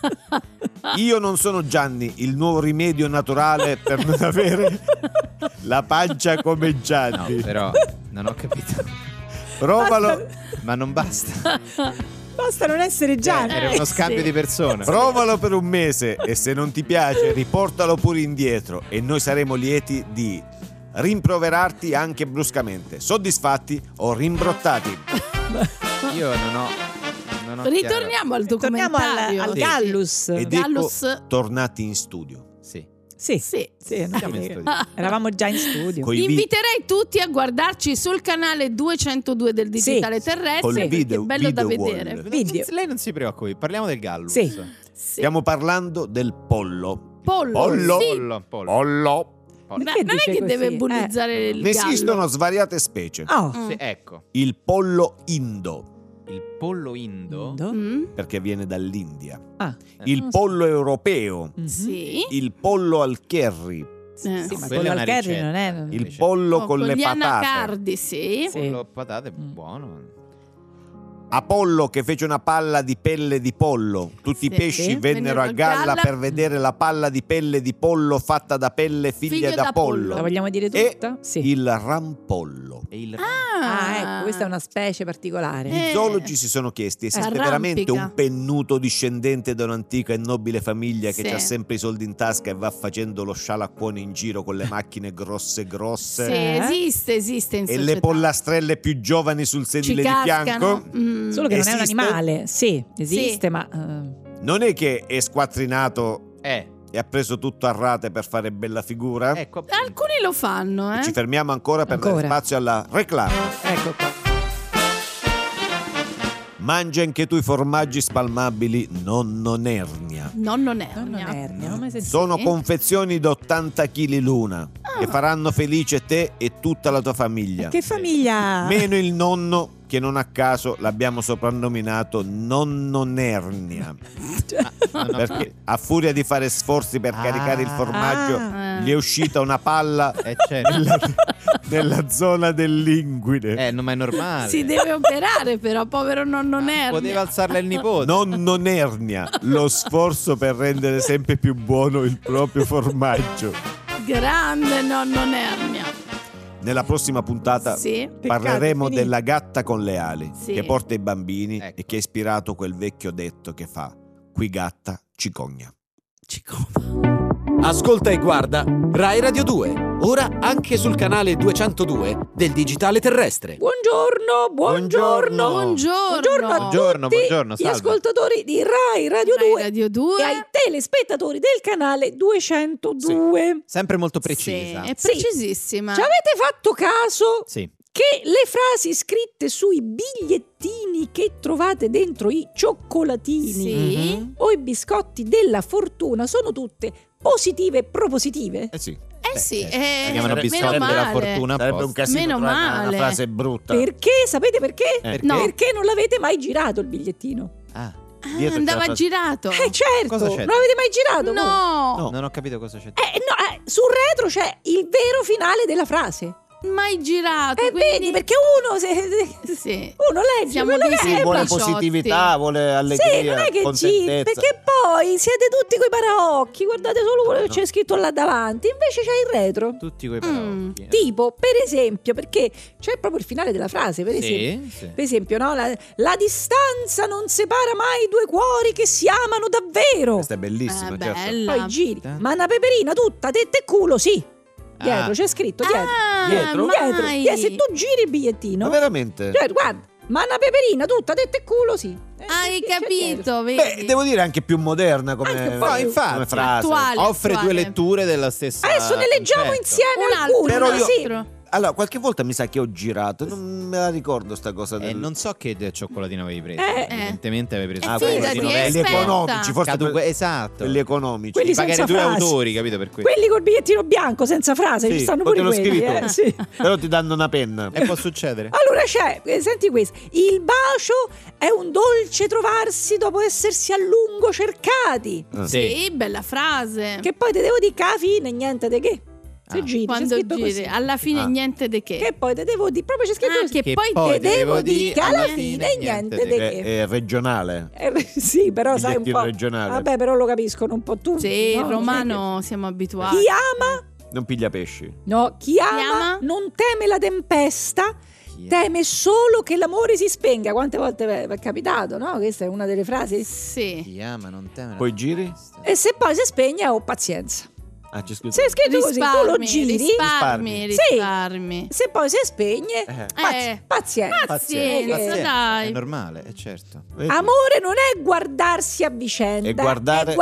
E: Io non sono Gianni, il nuovo rimedio naturale per non avere la pancia come
B: No,
E: Gianni.
B: però non ho capito.
E: Provalo,
B: Ma non basta.
C: Basta non essere Gianni.
B: Era uno scambio
D: sì.
B: di persone.
E: provalo per un mese e se non ti piace riportalo pure indietro e noi saremo lieti di rimproverarti anche bruscamente, soddisfatti o rimbrottati.
B: Io non ho
D: Ritorniamo al
C: Torniamo
D: documentario.
C: al
E: Sì.
C: Gallus.
E: Ed
D: Gallus.
E: ecco tornati in studio.
B: Sì.
C: Sì.
D: Sì.
C: no,
B: Siamo in studio.
C: eravamo già in studio.
E: Coi vi-
D: Inviterei tutti a guardarci sul canale 202 del Digitale Terrestre
E: Col
D: perché
E: video-
D: è bello da
E: video
D: vedere.
E: wall.
C: Video.
B: Lei non si preoccupi, parliamo del Gallus.
C: Sì.
D: Sì.
E: Stiamo parlando del pollo.
D: Pollo.
E: Pollo.
D: Sì.
B: Pollo.
E: Pollo.
D: Ma
C: Perché
D: non è
C: dice
D: che
C: così?
D: deve bullizzare il
E: Ne
D: gallo.
E: esistono svariate specie.
C: Oh.
B: Sì, ecco.
E: Il pollo indo,
B: Il pollo indo.
D: Mm?
E: perché viene dall'India.
C: Ah.
E: Il pollo europeo.
D: Sì.
E: Il pollo al curry.
C: Sì, ma
B: quella
C: quello
B: è
C: al
B: una
C: curry
B: ricetta.
C: non è.
E: Il
B: Invece-
E: pollo
D: Oh,
E: con le
D: gli
E: patate.
D: anacardi, sì.
C: Sì.
B: Pollo patate, buono.
E: Apollo che fece una palla di pelle di pollo. Tutti i
D: Sì.
E: pesci
C: Sì.
E: vennero a galla per vedere la palla di pelle di pollo fatta da pelle figlia
D: Figlio
E: da
D: da
E: pollo.
C: La vogliamo dire
E: E
C: tutta? Sì.
E: il rampollo.
B: E il
C: Ah, ecco, questa è una specie particolare.
E: Gli zoologi si sono chiesti: esiste
D: Arrampica.
E: veramente un pennuto discendente da un'antica e nobile famiglia che
D: Sì.
E: ha sempre i soldi in tasca e va facendo lo scialacquone in giro con le macchine grosse grosse?
D: Sì, esiste in
E: E
D: società.
E: le pollastrelle più giovani sul
D: ci
E: sedile di
D: cascano.
E: fianco?
C: Solo che non è un
E: Esiste?
C: animale. Sì, esiste, ma
E: Non è che è squattrinato e ha preso tutto a rate per fare bella figura?
B: Ecco.
D: Alcuni lo fanno,
E: Ci fermiamo ancora per dare
C: Ancora.
E: spazio alla reclama.
C: ecco qua.
E: Mangia anche tu i formaggi spalmabili Nonno Ernia.
D: Non è.
C: Non è, non ho mai sentito.
E: Sono confezioni da 80 kg l'una che faranno felice te e tutta la tua famiglia.
C: Che famiglia?
E: Meno il nonno che non a caso l'abbiamo soprannominato Nonno Ernia. Perché a furia di fare sforzi per caricare il formaggio gli è uscita una palla nella zona dell'inguine.
B: Non ma è normale.
D: Si deve operare però, povero nonno Nernia.
B: Poteva alzarla il nipote.
E: Nonno Ernia, lo sforzo per rendere sempre più buono il proprio formaggio.
D: Grande nonno Nernia.
E: Nella prossima puntata
D: Sì.
E: parleremo
C: finito.
E: della gatta con le ali
D: Sì.
E: che porta i bambini
B: Ecco.
E: e che ha ispirato quel vecchio detto che fa: qui gatta, cicogna.
A: Ascolta e guarda Rai Radio 2. Ora anche sul canale 202 del digitale terrestre.
C: Buongiorno.
D: Buongiorno.
C: Buongiorno a
F: Buongiorno,
C: tutti
F: buongiorno,
C: gli
F: salve.
C: ascoltatori di Rai Radio
D: Rai
C: 2
D: Radio 2.
C: e ai telespettatori del canale 202.
F: Sempre molto
D: Sì,
F: precisa.
D: è precisissima.
C: Ci avete fatto caso
F: Sì.
C: che le frasi scritte sui bigliettini che trovate dentro i cioccolatini
D: Sì.
C: o i biscotti della fortuna sono tutte positive e propositive?
E: Eh sì.
D: Sì,
F: Si chiamano
D: meno
F: biscotti della
D: male.
F: fortuna
E: Sarebbe un
F: apposta.
E: casino
D: Meno
E: trovare una
D: male.
E: frase brutta.
C: Perché? Sapete perché?
D: No.
C: Perché non l'avete mai girato il bigliettino.
F: Ah,
E: Dietro c'è
D: Andava
E: la frase-
D: girato.
C: Certo,
F: Cosa c'è?
C: non l'avete mai girato? voi?
D: No,
F: non ho capito cosa c'è.
C: No, sul retro c'è il vero finale della frase.
D: mai girato.
C: E
D: quindi...
C: vedi, perché uno
D: Sì.
C: uno legge
D: Siamo
C: quello
D: dei
C: che
E: Sì,
C: è,
E: vuole
D: picciotti.
E: positività, vuole allegria,
C: sì, non è che giri,
E: contentezza.
C: perché poi siete tutti coi paraocchi, guardate solo quello che c'è scritto là davanti, invece c'è il retro.
F: Tutti quei paraocchi.
C: Tipo, per esempio, perché c'è proprio il finale della frase, per esempio.
F: Sì, sì.
C: Per esempio, no? La distanza non separa mai due cuori che si amano davvero.
E: Questa è bellissima, certo.
D: Bella.
C: Poi giri, ma una peperina tutta, tetta e culo, sì. Dietro,
F: Ah.
C: c'è scritto, dietro.
D: Ah,
E: Dietro?
D: mai.
C: Se tu giri il bigliettino,
E: Ma veramente?
C: cioè, guarda, ma una peperina tutta, tetta e culo, sì.
D: Hai
C: C'è dietro.
D: capito, vedi?
E: Beh, devo dire anche più moderna come,
C: Anche
F: No, infatti,
E: come frase.
D: attuale.
F: Offre
D: attuale.
F: due letture della stessa.
C: Adesso ne leggiamo
F: concetto.
C: insieme
D: Un altro,
C: alcune.
E: Però
D: un
E: io-
D: altro.
E: Allora, qualche volta mi sa che ho girato, non me la ricordo sta cosa del...
F: Non so che cioccolatino avevi preso.
C: Eh.
F: Evidentemente avevi preso
D: Eh,
F: quello
D: fidati,
F: di
D: è
F: novella.
E: quelli
D: esperta.
E: economici, forse
F: Esatto.
E: quelli economici.
C: Quelli
F: Pagare
C: senza
F: due
C: frasi.
F: autori, capito, per questo.
C: Quelli col bigliettino bianco, senza frase,
E: Sì,
C: ci stanno
E: poi
C: pure
E: te l'ho
C: quelli.
E: scritto.
C: Sì.
E: Però ti danno una penna.
F: E può succedere.
C: Allora c'è, senti questo, il bacio è un dolce trovarsi dopo essersi a lungo cercati.
D: Sì, bella frase.
C: Che poi te devo dire che alla fine niente di che. Se
F: Ah.
C: giri, c'è
D: Quando
C: scritto
D: giri,
C: così.
D: alla fine
E: Ah.
D: niente di che.
C: Che poi te devo dire, proprio c'è scritto
D: Ah,
C: così.
D: che poi
C: te devo dire che alla
F: alla
C: fine
F: fine
C: niente
F: niente
C: di
F: di
C: che.
E: È regionale.
C: Sì, però sai un
E: Bigliettino
C: po'.
E: regionale.
C: Vabbè, però lo capiscono un po' tutti.
D: Sì,
C: no?
D: romano siamo abituati.
C: Chi ama,
E: Non piglia pesci.
C: no, chi ama
D: ama?
C: non teme la tempesta, teme solo che l'amore si spenga. Quante volte vi è capitato, no? Questa è una delle frasi.
D: Sì.
F: Chi ama non teme.
E: Poi giri?
C: E se poi si spegne, ho pazienza.
E: Ah, c'è scritto.
C: Se è scritto così, tu lo giri.
D: risparmi,
C: Sì.
D: risparmi.
C: Se poi si spegne, pazienza.
D: Pazienza,
C: Che-
D: dai.
F: È normale, è certo.
C: Amore non è guardarsi a vicenda,
E: È guardare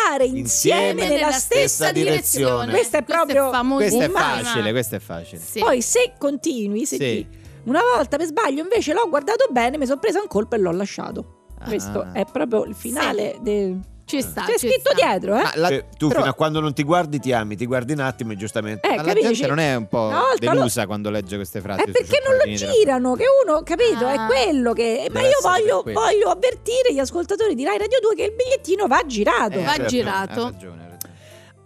C: insieme nella stessa direzione. Questa è proprio
F: Questo è
C: immagine.
F: facile, questo è facile.
D: Sì.
C: Poi se continui, se
F: Sì.
C: dici, una volta per sbaglio invece l'ho guardato bene, mi sono presa un colpo e l'ho lasciato. Questo è proprio il finale del...
D: Ci sta,
C: C'è
D: ci
C: scritto
D: sta.
C: dietro,
F: Ma la-
E: Tu
F: però-
E: fino a quando non ti guardi ti ami, ti guardi un attimo e giustamente...
F: ma la
C: capisci?
F: gente non è un po'
C: Una volta
F: delusa quando legge queste frasi.
C: È
F: sui
C: perché non lo
F: cioccolatini della-
C: girano, che uno, capito, è
D: Ah.
C: quello che... Ma
F: Deve
C: io
F: essere per quello.
C: voglio avvertire gli ascoltatori di Rai Radio 2 che il bigliettino va girato.
D: Va
E: certo,
D: girato.
F: Ha ragione, ha ragione.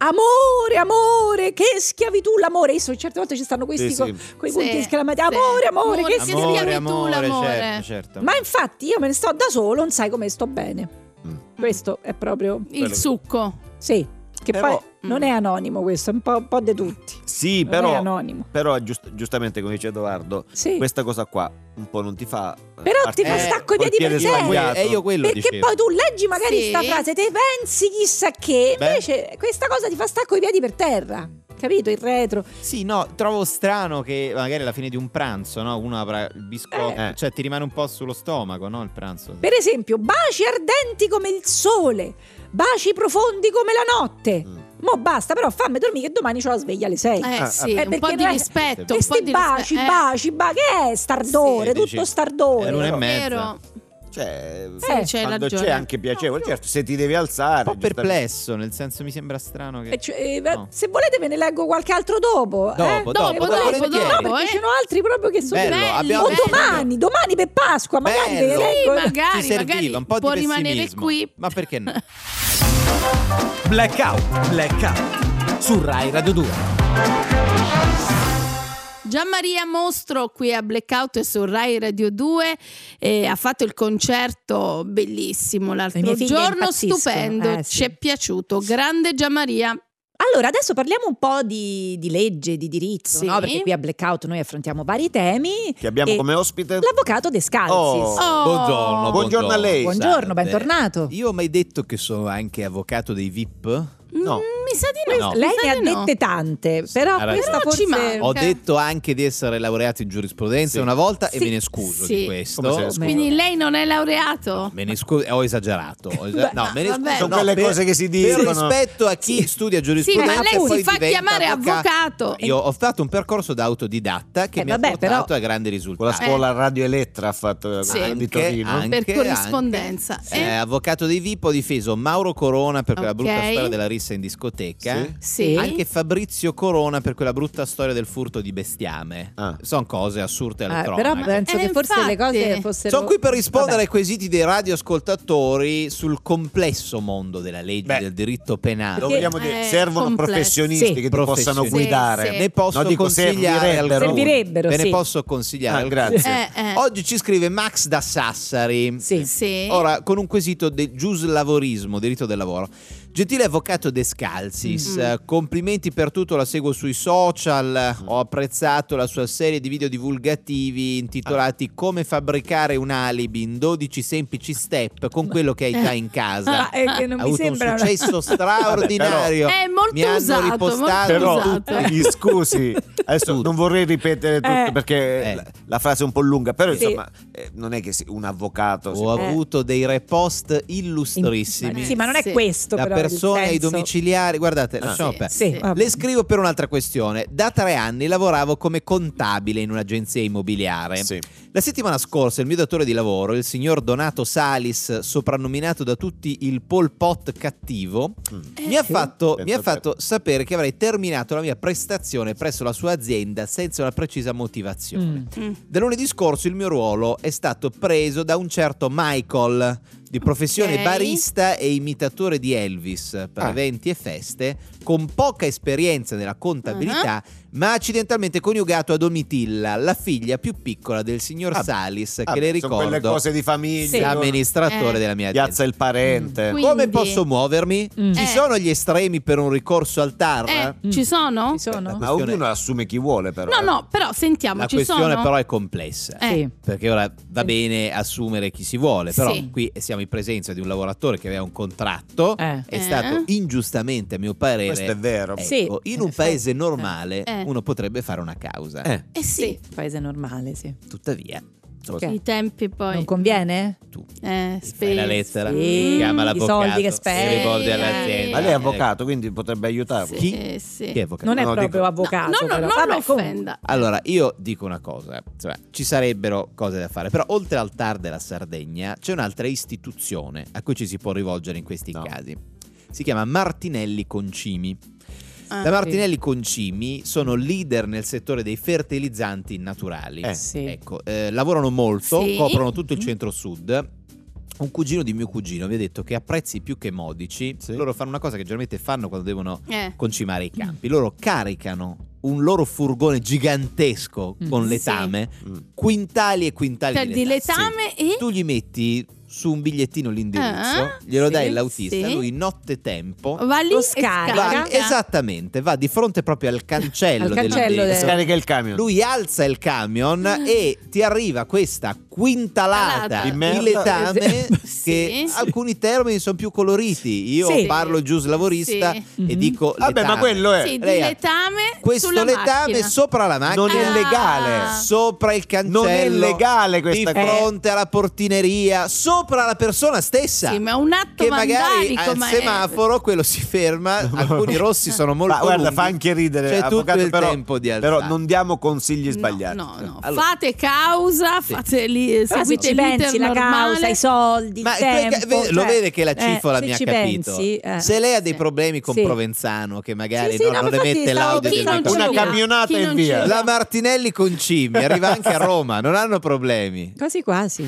C: Amore, che schiavitù l'amore. Io so, certe volte ci stanno questi
E: Sì, sì.
C: quei
D: Sì,
C: punti esclamati.
D: sì.
C: Amore, che
D: Che
C: schiavitù.
F: Amore,
D: schiavitù,
F: amore,
D: l'amore.
F: certo, certo.
C: Ma infatti io me ne sto da solo, non sai come sto bene. Questo è proprio...
D: Il succo.
C: Sì, che
E: Però-
C: poi non è anonimo questo, è un po' di tutti.
E: Sì,
C: Non è
E: però...
C: anonimo.
E: Però giustamente come dice Edoardo,
C: Sì.
E: questa cosa qua un po' non ti fa...
C: Però ti fa stacco i
E: col
C: piedi
E: piede
C: per terra.
E: sbagliato.
F: E io quello
C: Perché
F: dicevo.
C: poi tu leggi magari
D: Sì.
C: sta frase, te pensi chissà che,
F: Beh.
C: invece questa cosa ti fa stacco i piedi per terra. Capito? Il retro.
F: Sì, no, trovo strano che magari alla fine di un pranzo, no, uno apra il biscotto,
E: Eh.
F: cioè ti rimane un po' sullo stomaco, no, il pranzo.
C: Per esempio, baci ardenti come il sole, baci profondi come la notte. Mo basta, però fammi dormire che domani c'ho la sveglia alle 6.
D: Sì, un
C: perché
D: po' di
C: non è-
D: rispetto. Un po'
C: Questi
D: di
C: baci,
D: rispetto.
C: che è stardore,
F: Sì,
C: tutto
F: dici,
C: stardore.
F: è l'una e
C: Un
F: mezza.
D: Vero.
E: Cioè,
D: Sì, c'hai
E: quando
D: ragione.
E: c'è anche piacevole, certo, se ti devi alzare...
F: Un po' perplesso, nel senso mi sembra strano che... No.
C: Se volete ve ne leggo qualche altro dopo.
F: Dopo,
C: No,
F: volentieri.
C: perché ce n'ho altri proprio che sono
F: Bello,
D: belli,
F: abbiamo
C: o
D: belli.
C: domani per Pasqua, magari ve ne
F: Bello.
C: leggo.
D: magari,
F: Ci serviva
D: magari
F: un po' di
D: può rimanere
F: pessimismo.
D: qui.
F: Ma perché no?
A: Blackout su Rai Radio 2.
D: Gianmaria Mostro qui a Blackout e su Rai Radio 2 ha fatto il concerto bellissimo
C: Le
D: l'altro
C: mie figlie
D: giorno,
C: impazziscono,
D: stupendo,
C: sì.
D: ci è piaciuto, grande Gianmaria.
C: Allora, adesso parliamo un po' di legge, di diritto,
D: Sì.
C: no? Perché qui a Blackout noi affrontiamo vari temi.
E: Che abbiamo
C: E
E: come ospite
C: l'avvocato Descalzis.
D: Oh.
E: Buongiorno a lei.
C: Buongiorno, bentornato.
F: Io ho mai detto che sono anche avvocato dei VIP?
E: No.
D: Mi sa di no.
F: No.
C: Lei
D: mi sa
C: ne ha
D: di no.
C: dette tante, però
F: ha ragione.
C: questa
D: Però ci
C: forse...
D: manca.
F: Ho detto anche di essere laureato in giurisprudenza
E: Sì.
F: una volta e
C: Sì.
F: me ne scuso
D: Sì.
F: di questo.
E: Come se ne scusa?
D: Quindi lei non è laureato?
F: Me ne scuso, ho esagerato. No, me ne
D: vabbè.
F: scuso.
E: Sono
F: no,
E: quelle
F: per-
E: cose che si
F: Per
E: dicono.
F: rispetto a chi studia
D: Sì,
F: giurisprudenza
D: ma lei
F: e poi
D: si fa
F: diventa
D: chiamare avvocato.
F: Io ho fatto un percorso da autodidatta che mi
C: vabbè,
F: ha portato
C: però-
F: a grandi
E: Con
F: risultati.
E: la scuola Radio Elettra ha fatto
D: Sì.
E: di Torino.
F: Anche-
D: Per corrispondenza.
F: Avvocato dei VIP, ho difeso Mauro Corona per quella
D: Ok.
F: brutta storia della rissa in discoteca.
D: Sì.
F: Anche Fabrizio Corona per quella brutta storia del furto di bestiame.
E: Ah.
F: Sono cose assurde alle
C: però
F: cronache.
C: penso che forse le
D: infatti.
C: cose fossero...
F: Sono qui per rispondere
C: Vabbè.
F: ai quesiti dei radioascoltatori sul complesso mondo della legge,
E: Beh,
F: del diritto penale.
E: Lo vogliamo dire,
D: È
E: servono
D: complesso.
E: professionisti
C: Sì.
E: che ti
F: Professionisti.
E: possano guidare.
D: Sì.
F: Ne posso
E: No, dico
F: consigliare alcuni.
C: Servirebbero,
F: Ve ne
C: sì.
F: posso consigliare
E: Ah,
F: alcuni.
E: grazie.
F: Oggi ci scrive Max da Sassari.
C: Sì.
D: Sì.
F: Ora, con un quesito del giuslavorismo, diritto del lavoro. Gentile avvocato Descalzis, complimenti per tutto, la seguo sui social, ho apprezzato la sua serie di video divulgativi intitolati Come fabbricare un alibi in 12 semplici step con quello che hai già in casa.
C: È che non
F: Ha
C: mi
F: avuto
C: sembra
F: un successo straordinario.
D: È molto
F: Mi hanno
D: usato,
F: ripostato
D: molto
E: Però
D: usato.
E: mi scusi, adesso non vorrei ripetere tutto perché la frase è un po' lunga, però
C: Sì.
E: insomma non è che un avvocato
F: Ho avuto dei repost illustrissimi.
C: Sì, ma non è
D: Sì.
C: questo
F: Da
C: però il
F: persone ai
C: senso.
F: domiciliari, guardate, lasciamo
D: Sì.
F: perdere.
C: Sì,
D: Sì.
C: vabbè.
F: Le scrivo per un'altra questione. Da 3 anni lavoravo come contabile in un'agenzia immobiliare.
E: Sì.
F: La settimana scorsa il mio datore di lavoro, il signor Donato Salis, soprannominato da tutti il Pol Pot cattivo, mi ha fatto sapere che avrei terminato la mia prestazione presso la sua azienda senza una precisa motivazione. Da lunedì scorso il mio ruolo è stato preso da un certo Michael, di professione
D: Ok.
F: barista e imitatore di Elvis per eventi e feste, con poca esperienza nella contabilità, ma accidentalmente coniugato a Domitilla, la figlia più piccola del signor Salis, che le
E: sono quelle
F: ricordo
E: cose di famiglia.
C: Sì.
F: l'amministratore della mia azienda.
E: Piazza il parente.
D: Quindi-
F: Come posso muovermi? Ci
D: Eh.
F: sono gli estremi per un ricorso al TAR?
D: Ci sono?
C: Ci sono?
E: Ma ognuno assume chi vuole, però.
D: No, però sentiamo,
F: La
D: ci
F: questione
D: sono?
F: però è complessa.
C: Sì.
F: Perché ora va bene assumere chi si vuole, però
D: Sì.
F: qui siamo in presenza di un lavoratore che aveva un contratto, è
C: Eh.
F: stato ingiustamente, a mio parere.
E: Questo è vero.
F: Ecco,
C: Sì,
F: in
C: in
F: un
C: effetti.
F: paese normale
D: Eh.
F: uno potrebbe fare una causa.
D: Eh sì,
C: paese normale, sì.
F: Tuttavia,
C: Ok.
D: i tempi poi.
C: Non conviene?
F: tu
D: Fai
F: fai la lettera,
C: Sì.
F: chiama
C: I
F: l'avvocato,
C: soldi che
F: si
C: spendi.
F: rivolge all'azienda.
E: Ma lei è avvocato, quindi potrebbe aiutarlo.
F: Chi?
D: Sì.
F: Chi è avvocato?
C: Non è
E: No,
C: proprio
E: dico-
C: avvocato.
D: No,
C: però.
D: non
C: Vabbè,
D: lo
C: comunque.
D: offenda.
F: Allora, io dico una cosa, cioè, ci sarebbero cose da fare, però oltre al TAR della Sardegna c'è un'altra istituzione a cui ci si può rivolgere in questi casi. Si chiama Martinelli Concimi.
D: Ah.
F: Da Martinelli Concimi sono leader nel settore dei fertilizzanti naturali.
C: Sì.
F: Ecco, lavorano molto,
D: Sì.
F: coprono tutto il centro-sud. Un cugino di mio cugino mi ha detto che a prezzi più che modici loro fanno una cosa che generalmente fanno quando devono concimare i campi. Loro caricano un loro furgone gigantesco con letame, quintali e quintali
D: di letame e
F: tu gli metti su un bigliettino l'indirizzo,
D: Ah,
F: glielo
D: sì,
F: dai all'autista,
D: sì.
F: lui nottetempo
D: va lì
C: Lo
D: e
C: scarica.
F: esattamente, va di fronte proprio al cancello,
C: Al cancello
F: dell'indirizzo.
E: Scarica il camion.
F: Lui alza il camion e ti arriva questa quintalata
D: Calata.
F: di
E: Di merda.
F: letame
D: Sì.
F: che alcuni termini sono più coloriti. Io
C: Sì.
F: parlo giuslavorista
D: Sì.
F: e dico
E: Vabbè,
F: letame.
E: ma quello è.
D: Sì, di
F: Lei ha
D: letame
F: questo
D: sulla
F: letame
D: macchina.
F: sopra la macchina,
E: Non è legale.
F: sopra il cancello,
E: Non è legale questa
F: di
E: cosa.
F: fronte alla portineria, sopra la persona stessa.
D: Sì, ma è un atto
F: che magari
D: vandalico,
F: al
D: ma è-
F: semaforo quello si ferma, alcuni rossi sono molto
E: Ma guarda,
F: lunghi.
E: fa anche ridere.
F: C'è tutto
E: avvocato,
F: il
E: però,
F: tempo di alzare.
E: però non diamo consigli sbagliati.
D: No.
F: Allora-
D: Fate causa, fate lì,
C: Però se
D: seguite
C: ci
D: l'iter
C: pensi, la
D: normale.
C: causa, i soldi,
F: Ma
C: il tempo,
F: lo
C: cioè,
F: vede che la cifola
C: se
F: mi ha
C: ci
F: capito.
C: pensi,
F: Se lei ha dei problemi con
C: Sì.
F: Provenzano, che magari
C: Sì,
F: non
C: no,
F: le
C: infatti
F: mette
C: stavo
F: l'audio
C: chi
F: del
C: non
F: microfono.
C: ce
E: Una
C: l'ha?
E: camionata
D: Chi
E: e
D: non
E: via.
D: ce l'ha?
F: La Martinelli Concimi arriva anche a Roma, non hanno problemi.
C: Quasi quasi.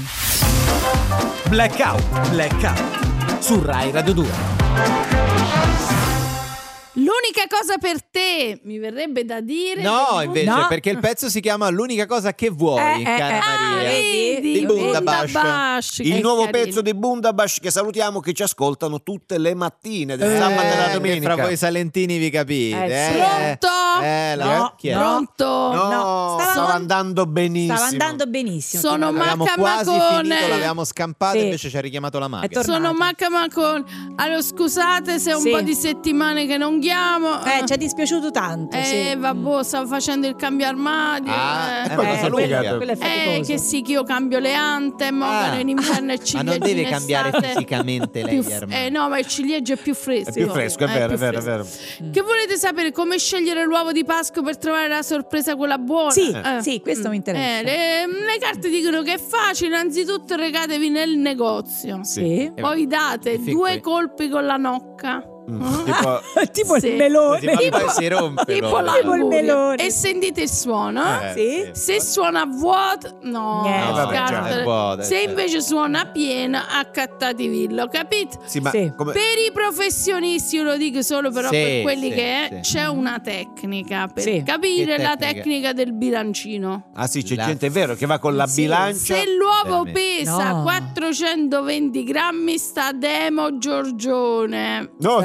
A: Blackout su Rai Radio 2.
D: l'unica cosa per te, mi verrebbe da dire.
F: No, invece,
C: No.
F: perché il pezzo si chiama L'unica cosa che vuoi, cara Maria.
D: vedi,
F: Di Bundabash.
D: Bundabash,
E: Il
D: che
E: nuovo
D: carino.
E: pezzo di Bundabash che salutiamo, che ci ascoltano tutte le mattine del sabato e la
F: Che
E: domenica.
F: fra voi salentini vi capite.
C: Sì.
D: Pronto?
C: No,
F: chi è?
D: Pronto?
E: No, stava andando benissimo.
C: Stava andando benissimo.
D: Sono
F: Avevamo quasi
D: Macamacone.
F: finito, l'avevamo scampato,
C: Sì.
F: invece ci ha richiamato la maga.
C: È tornato.
D: Sono Macamacone. Allora, scusate se è un
C: Sì.
D: po' di settimane che non chiamo.
C: ci è dispiaciuto tanto. sì.
D: Vabbè, stavo facendo il cambio armadio.
F: Ah,
E: poi cosa
C: quello
E: Luca?
C: è faticoso.
D: Che sì, che io cambio le ante, mo
F: Ah.
D: in inverno e
F: Ma
D: ciliegie
F: non deve
D: in
F: cambiare
D: estate.
F: fisicamente lei,
D: Più
F: Armando.
D: no, ma il ciliegio è più fresco.
E: È più fresco, è vero,
D: più
E: è vero, è
D: fresco.
E: vero.
D: Che volete sapere come scegliere l'uovo di Pasqua per trovare la sorpresa quella buona?
C: Sì, sì, questo mi interessa.
D: Le carte dicono che è facile, anzitutto recatevi nel negozio.
C: Sì.
D: Poi date
F: fin
D: 2
F: qui.
D: colpi con la nocca.
E: Tipo,
C: Tipo
D: Sì.
C: il melone.
F: Così poi si rompe.
D: Tipo
F: l'uovo.
C: Tipo il
D: l'anguria.
C: melone.
D: E sentite il suono.
C: Sì.
D: Se suona a vuoto, no,
C: No,
E: vabbè,
D: scarta.
E: già,
F: è vuoto,
D: Se
F: certo.
D: invece suona piena, accattatevillo, capito?
E: sì, ma
C: Sì.
E: come...
D: Per i professionisti, io lo dico solo però
F: Sì,
D: per quelli
F: sì,
D: che
F: sì.
D: c'è una tecnica per
C: Sì.
D: capire
F: Che
D: la
F: tecnica?
D: tecnica del bilancino.
E: Ah sì, c'è
F: La-
E: gente, è vero, che va con la bilancia.
D: Se l'uovo
F: Veramente.
D: pesa
C: No.
D: 420 grammi sta Demo Giorgione.
E: No,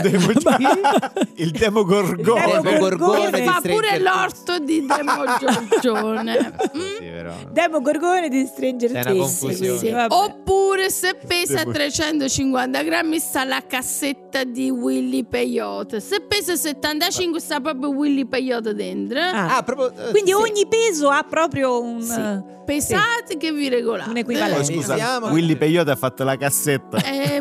E: il Demogorgone.
C: Il
F: Gorgone
D: Che
F: di
D: fa
F: Stranger
D: pure
F: Things.
D: l'orto di Demo Giorgione.
F: Sì, però.
C: Demo Gorgone di Stranger
F: C'è una
C: Things.
F: confusione.
C: Sì, vabbè.
D: Oppure se pesa 350 grammi sta la cassetta di Willy Peyote. Se pesa 75 sta proprio Willy Peyote dentro.
C: Ah.
F: Ah, proprio.
C: Quindi ogni peso ha proprio un...
D: Pesate che vi regolate.
C: Un equivalente.
E: Oh, scusa,
F: Iniziamo.
E: Willy Peyote ha fatto la cassetta.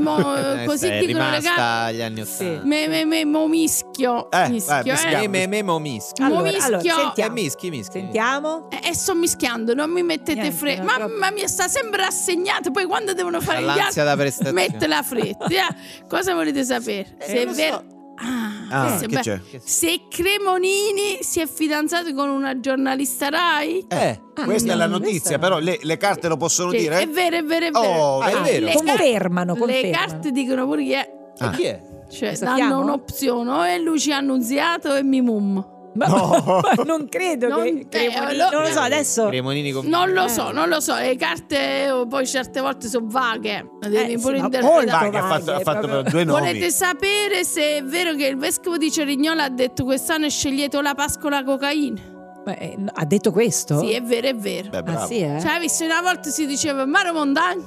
D: Così
F: è
D: dicono le
F: rimasta
D: carte.
F: agli anni
C: Sì.
F: 80.
D: Mo mischio.
E: Vai,
D: mischio,
E: mischiamo.
F: Memo mischio.
C: Allora,
D: mischio.
C: sentiamo.
F: Mischi.
C: Sentiamo.
D: E sto mischiando, non mi mettete
C: Niente,
D: fretta.
C: no, proprio.
D: Mamma mia, sta sempre rassegnata. Poi quando devono fare gli
F: L'ansia da
D: altri,
F: prestazione.
D: mette la fretta. Cosa volete sapere? Se è
F: lo
D: vero.
F: so.
E: Ah,
D: questo è
E: che
D: bello.
E: c'è?
D: Se Cremonini si è fidanzato con una giornalista Rai?
E: Questa è la
C: no,
E: notizia,
C: questa-
E: però le carte lo possono
D: Sì,
E: dire?
D: è vero, è vero, è vero.
E: Oh,
F: è vero.
D: Le
C: Confermano,
D: Le
C: confermano.
D: carte dicono pure che
F: E chi è?
D: cioè,
C: Lo sappiamo?
D: danno un'opzione, o è Lucia Annunziato e Mimum.
C: Ma ma non credo
D: Non-
C: che Cremonini-
D: lo-
C: non lo so, adesso
F: Cremonini con
D: Non lo so, le carte poi certe volte sono vaghe, le devi
C: sì,
D: pure
C: ma
D: interpretare.
C: molto
E: Va, che ha fatto
C: vaghe,
E: però
C: proprio.
E: due nomi.
D: Volete sapere se è vero che il vescovo di Cerignola ha detto quest'anno scegliete o la Pasqua o la cocaina?
C: ha detto questo?
D: Sì, è vero, è vero.
E: Beh, bravo.
C: Ah sì, eh?
D: Cioè, hai visto una volta si diceva Maro Montagna?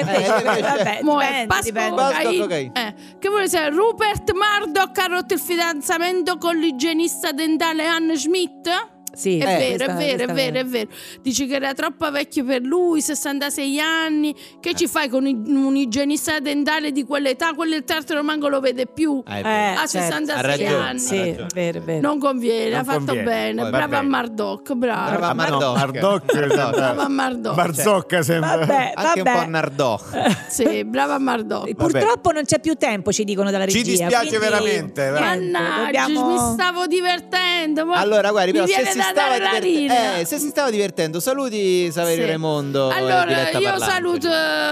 C: Vabbè,
D: Mo' è
C: dipende,
D: Pasqua
C: dipende.
D: o
F: Pasqua o
D: cocaina?
F: cocaina?
D: Che vuole sapere? Rupert Murdoch ha rotto il fidanzamento con l'igienista dentale Anne Schmidt?
C: Sì,
D: È vero,
C: questa-
D: è vero, è
C: questa-
D: vero, è vero. Dice che era troppo vecchio per lui, 66 anni. Che ci fai con un igienista dentale di quell'età? Quello il terzo manco lo vede più.
F: Ah, è vero.
D: A
C: certo.
D: 66
F: Ha ragione.
D: anni.
C: Sì, è vero, è vero.
D: Non conviene,
E: Non
D: ha fatto
E: conviene.
D: bene.
E: Poi,
D: Brava a
E: vabbè.
D: Murdoch, brava.
F: Brava Mardocca.
E: Mardocca
D: Brava a Murdoch.
E: Barzocca sembra.
C: Vabbè,
F: Anche un
C: vabbè.
F: po' Nardò.
D: Sì, brava a Murdoch.
C: Purtroppo non c'è più tempo, ci dicono dalla regia.
E: Ci dispiace
C: quindi-
E: veramente.
C: Niente,
D: Mannaggia, mi stavo divertendo. ma
F: Allora, guardi,
D: mi
F: però
D: viene
F: se si,
D: da
F: stava
D: dare la rina.
F: se si stava divertendo, saluti Saverio
D: Sì.
F: Raimondo. e
D: Allora,
F: Diletta
D: io
F: Parlangeli.
D: saluto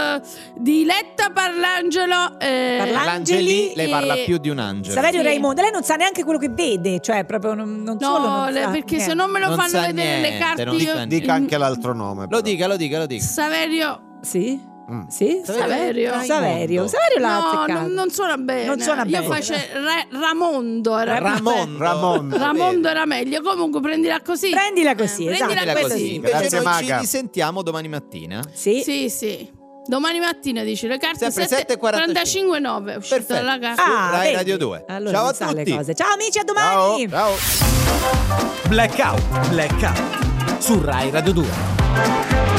D: Diletta Parlangelo.
F: Parlangeli, lei parla
D: e-
F: più di un angelo.
C: Saverio
D: Sì.
C: Raimondo, lei non sa neanche quello che vede, cioè proprio non solo
D: No,
C: non sa
D: perché se
C: niente.
D: non me lo
F: Non
D: fanno
F: sa
D: vedere le
F: niente,
D: carte
F: non
D: io...
F: sa
E: Dica anche l'altro nome.
F: Lo
E: però.
F: dica.
D: Saverio.
C: Sì?
E: Mm.
C: Sì?
D: Saverio.
C: Saverio l'ha
D: No,
C: azzeccato.
D: non suona bene.
C: Non suona bene.
D: Io face Ramondo. Era Ramondo era meglio. Comunque prendila così.
C: Prendila così, esatto.
D: Prendila
F: Prendila
D: così.
F: così. Invece
E: Grazie,
F: noi ci
E: Maga.
F: risentiamo domani mattina.
C: Sì.
D: Sì. Domani mattina dice le carte
F: Sempre
D: 7:45 9 è uscita
F: Perfetto.
D: dalla carta.
F: Ah, Rai
C: vedi?
F: Radio 2.
C: Allora
F: Ciao
C: non
F: a
C: sa le
F: tutti.
C: cose. Ciao amici, a domani.
E: Ciao.
A: Blackout su Rai Radio 2.